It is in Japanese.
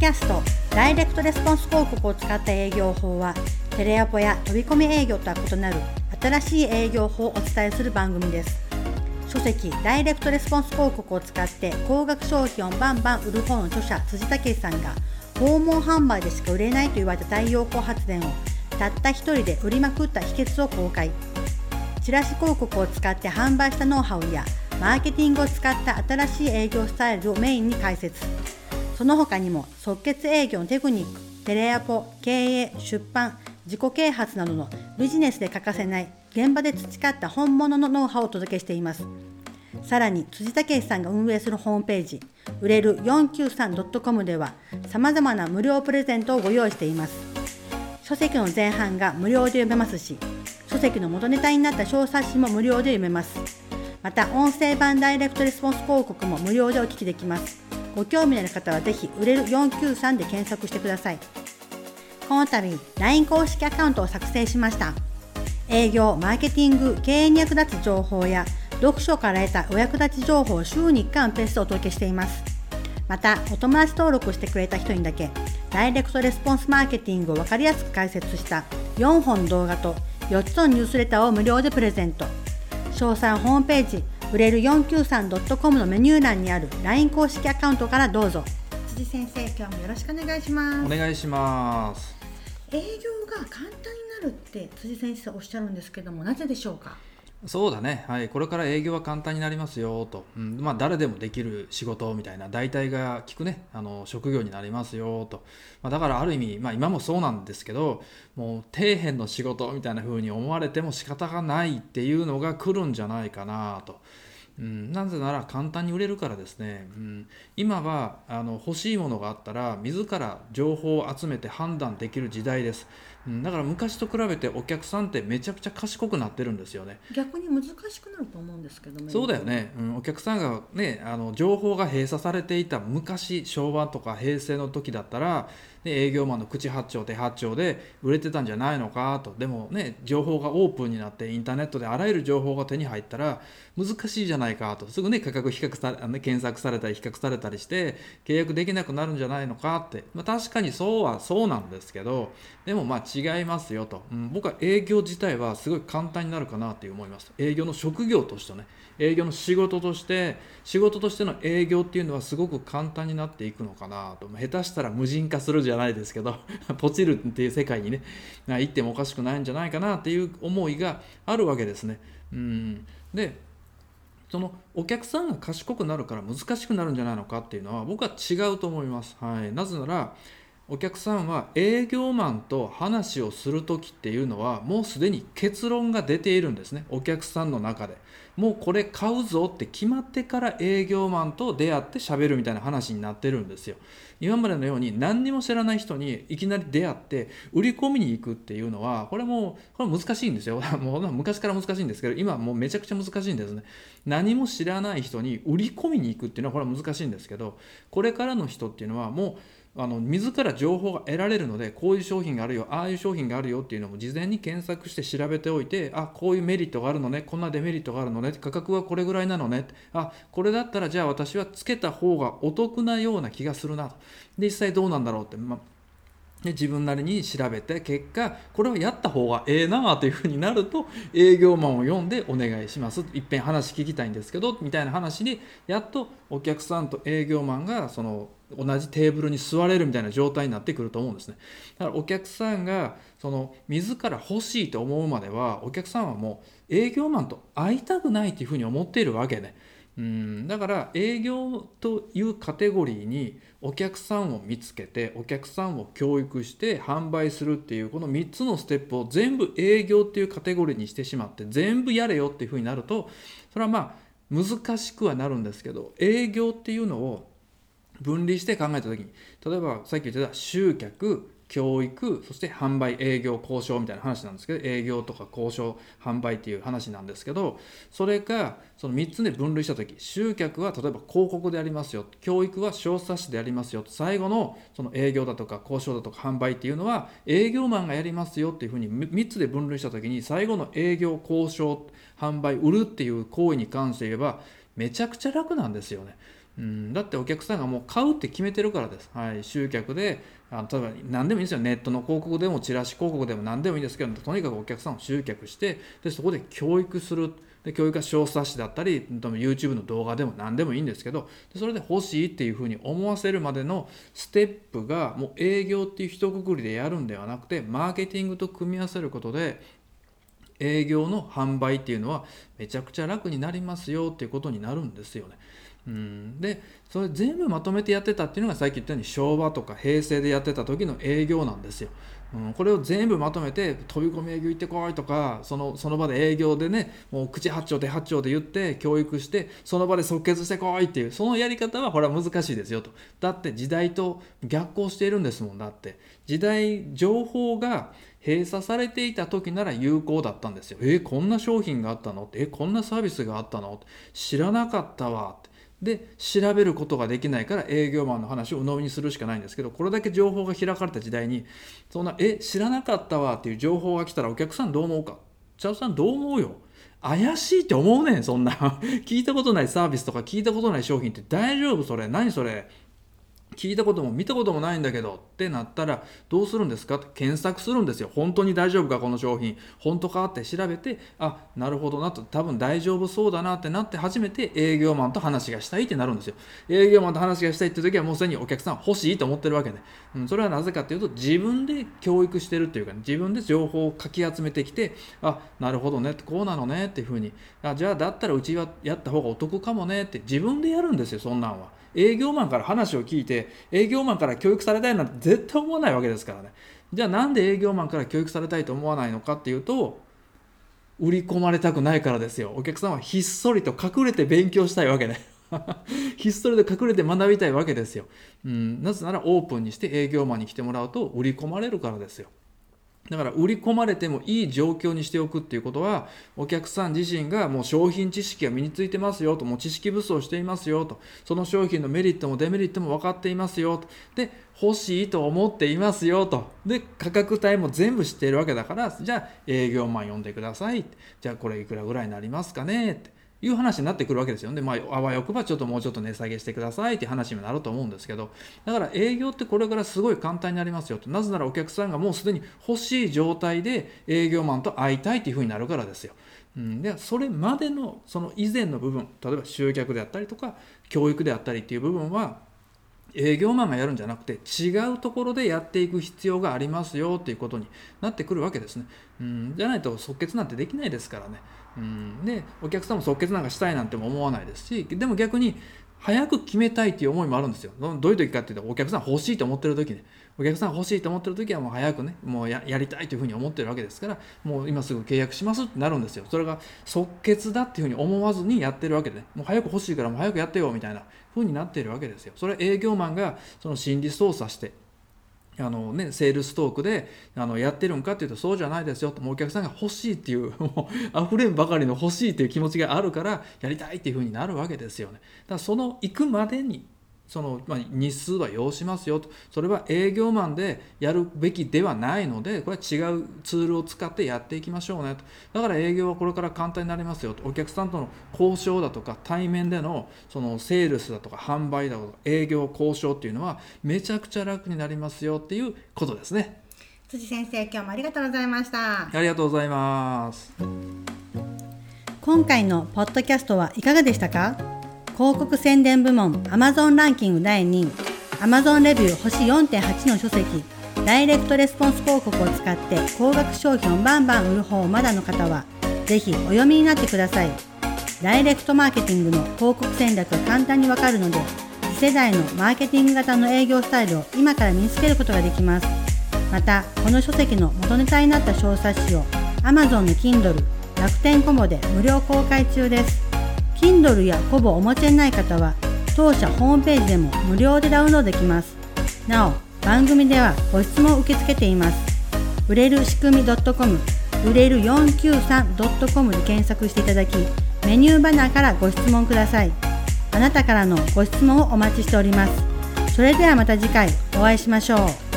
キャストダイレクトレスポンス広告を使った営業法は、テレアポや飛び込み営業とは異なる新しい営業法をお伝えする番組です。書籍ダイレクトレスポンス広告を使って高額商品をバンバン売る本の著者辻武さんが、訪問販売でしか売れないと言われた太陽光発電をたった一人で売りまくった秘訣を公開。チラシ広告を使って販売したノウハウやマーケティングを使った新しい営業スタイルをメインに解説。その他にも即決営業のテクニック、テレアポ、経営、出版、自己啓発などのビジネスで欠かせない現場で培った本物のノウハウをお届けしています。さらに辻武さんが運営するホームページ売れる 493.com では様々な無料プレゼントをご用意しています。書籍の前半が無料で読めますし、書籍の元ネタになった小冊子も無料で読めます。また音声版ダイレクトレスポンス広告も無料でお聞きできます。ご興味のある方はぜひ売れる493で検索してください。この度 LINE 公式アカウントを作成しました。営業、マーケティング、経営に役立つ情報や読書から得たお役立ち情報を週に1回のペースでお届けしています。またお友達登録してくれた人にだけダイレクトレスポンスマーケティングを分かりやすく解説した4本動画と4つのニュースレターを無料でプレゼント。詳細はホームページ売れる 493.com のメニュー欄にある LINE 公式アカウントからどうぞ。辻先生、今日もよろしくお願いします。 お願いします。 営業が簡単になるって辻先生おっしゃるんですけども、なぜでしょうか？ そうだね、はい、これから営業は簡単になりますよと、誰でもできる仕事みたいな大体が聞くね、職業になりますよと、だからある意味、今もそうなんですけど、もう底辺の仕事みたいな風に思われても仕方がないっていうのが来るんじゃないかなと。なぜなら簡単に売れるからですね。今は欲しいものがあったら自ら情報を集めて判断できる時代です。だから昔と比べてお客さんってめちゃくちゃ賢くなってるんですよね。 逆に難しくなると思うんですけどね。 そうだよね、お客さんがね、情報が閉鎖されていた昔、昭和とか平成の時だったら、営業マンの口八丁手八丁で売れてたんじゃないのかと。でもね、情報がオープンになってインターネットであらゆる情報が手に入ったら難しいじゃないかと。すぐね、価格比較され検索されたり比較されたりして契約できなくなるんじゃないのかって、確かにそうなんですけど、でも違いますよと。僕は営業自体はすごい簡単になるかなって思います。営業の職業としてね、営業の仕事としての営業っていうのはすごく簡単になっていくのかなと。下手したら無人化するじゃないですけどポチるっていう世界にね行ってもおかしくないんじゃないかなっていう思いがあるわけですね。で、そのお客さんが賢くなるから難しくなるんじゃないのかっていうのは僕は違うと思います。なぜならお客さんは営業マンと話をするときっていうのはもうすでに結論が出ているんですね。お客さんの中でもうこれ買うぞって決まってから営業マンと出会って喋るみたいな話になってるんですよ。今までのように何にも知らない人にいきなり出会って売り込みに行くっていうのはこれ難しいんですよ。もう昔から難しいんですけど、今はもうめちゃくちゃ難しいんですね。何も知らない人に売り込みに行くっていうのはこれは難しいんですけど、これからの人っていうのはもう自ら情報が得られるので、こういう商品があるよ、ああいう商品があるよっていうのも事前に検索して調べておいて、こういうメリットがあるのね、こんなデメリットがあるのね、価格はこれぐらいなのね、これだったらじゃあ私はつけた方がお得なような気がするなと。で、実際どうなんだろうって、で自分なりに調べて結果これはやった方がええなというふうになると、営業マンを呼んでお願いします、いっぺん話聞きたいんですけどみたいな話にやっとお客さんと営業マンが同じテーブルに座れるみたいな状態になってくると思うんですね。だからお客さんが自ら欲しいと思うまではお客さんはもう営業マンと会いたくないというふうに思っているわけね。だから営業というカテゴリーにお客さんを見つけてお客さんを教育して販売するっていうこの3つのステップを全部営業っていうカテゴリーにしてしまって全部やれよっていうふうになると、それは難しくはなるんですけど、営業っていうのを分離して考えた時に、例えばさっき言ってた集客、教育、そして販売、営業、交渉みたいな話なんですけど、営業とか交渉、販売っていう話なんですけど、それがその3つで分類した時、集客は例えば広告でありますよ、教育は小冊子でありますよ、最後のその営業だとか交渉だとか販売っていうのは営業マンがやりますよっていうふうに3つで分類した時に、最後の営業、交渉、販売、売るっていう行為に関して言えばめちゃくちゃ楽なんですよね。だってお客さんがもう買うって決めてるからです。集客で例えば何でもいいんですよ。ネットの広告でもチラシ広告でも何でもいいんですけど、とにかくお客さんを集客して、でそこで教育する。で教育は小冊子だったり YouTube の動画でも何でもいいんですけど、それで欲しいっていうふうに思わせるまでのステップがもう営業っていう一括りでやるんではなくて、マーケティングと組み合わせることで営業の販売っていうのはめちゃくちゃ楽になりますよっていうことになるんですよね。でそれ全部まとめてやってたっていうのがさっき言ったように昭和とか平成でやってた時の営業なんですよ。これを全部まとめて飛び込み営業行ってこいとか、その場で営業でね、もう口八丁手八丁で言って教育して、その場で即決してこいっていう、そのやり方はこれは難しいですよと。だって時代と逆行しているんですもん。だって時代情報が閉鎖されていた時なら有効だったんですよ。こんな商品があったのって、こんなサービスがあったのって知らなかったわって。で調べることができないから営業マンの話を鵜呑みにするしかないんですけど、これだけ情報が開かれた時代にそんな知らなかったわっていう情報が来たらお客さんどう思うか。チャオさんどう思うよ。怪しいって思うねん。そんな聞いたことないサービスとか聞いたことない商品って大丈夫？それ何それ聞いたことも見たこともないんだけどってなったらどうするんですかって検索するんですよ。本当に大丈夫かこの商品、本当かって調べて、なるほどなと、多分大丈夫そうだなってなって初めて営業マンと話がしたいってなるんですよ。営業マンと話がしたいって時はもうすでにお客さん欲しいと思ってるわけで、それはなぜかっていうと自分で教育してるっていうか、自分で情報をかき集めてきて、なるほどね、こうなのねっていうふうに、じゃあだったらうちはやった方がお得かもねって自分でやるんですよ。そんなんは営業マンから話を聞いて営業マンから教育されたいなんて絶対思わないわけですからね。じゃあなんで営業マンから教育されたいと思わないのかっていうと、売り込まれたくないからですよ。お客さんはひっそりと隠れて勉強したいわけでひっそりと隠れて学びたいわけですよ。なぜならオープンにして営業マンに来てもらうと売り込まれるからですよ。だから売り込まれてもいい状況にしておくっていうことは、お客さん自身がもう商品知識が身についてますよと、もう知識武装していますよと、その商品のメリットもデメリットも分かっていますよと、で欲しいと思っていますよと、で価格帯も全部知っているわけだから、じゃあ営業マン呼んでください、じゃあこれいくらぐらいになりますかねっていう話になってくるわけですよ。で、あわよくばもうちょっと値下げしてくださいっていう話になると思うんですけど、だから営業ってこれからすごい簡単になりますよと。なぜならお客さんがもうすでに欲しい状態で営業マンと会いたいっていうふうになるからですよ。でそれまでのその以前の部分、例えば集客であったりとか教育であったりっていう部分は営業マンがやるんじゃなくて違うところでやっていく必要がありますよっていうことになってくるわけですね。じゃないと即決なんてできないですからね。でお客さんも即決なんかしたいなんても思わないですし、でも逆に早く決めたいっていう思いもあるんですよ。どういう時かっていうと、お客さん欲しいと思ってる時ね、お客さん欲しいと思ってる時はもう早くね、もう やりたいというふうに思ってるわけですから、もう今すぐ契約しますってなるんですよ。それが即決だっていうふうに思わずにやってるわけでね、もう早く欲しいからもう早くやってよみたいなふうになっているわけですよ。それは営業マンがその心理操作してセールストークでやってるんかっていうとそうじゃないですよと。もうお客さんが欲しいっていうもう溢れんばかりの欲しいっていう気持ちがあるからやりたいっていうふうになるわけですよね。だからその行くまでに日数は要しますよと。それは営業マンでやるべきではないので、これは違うツールを使ってやっていきましょうねと。だから営業はこれから簡単になりますよと。お客さんとの交渉だとか対面でのそのセールスだとか販売だとか営業交渉っていうのはめちゃくちゃ楽になりますよっていうことですね。 辻先生、今日もありがとうございました。 ありがとうございます。 今回のポッドキャストはいかがでしたか？広告宣伝部門 Amazon ランキング第2位、 Amazon レビュー星 4.8 の書籍、ダイレクトレスポンス広告を使って高額商品をバンバン売る方をまだの方はぜひお読みになってください。ダイレクトマーケティングの広告戦略が簡単にわかるので、次世代のマーケティング型の営業スタイルを今から身につけることができます。またこの書籍の元ネタになった小冊子を Amazon の Kindle、 楽天コボで無料公開中です。Kindle やコボをお持ちでない方は当社ホームページでも無料でダウンロードできます。なお番組ではご質問を受け付けています。売れる仕組み .com、 売れる 493.com で検索していただき、メニューバナーからご質問ください。あなたからのご質問をお待ちしております。それではまた次回お会いしましょう。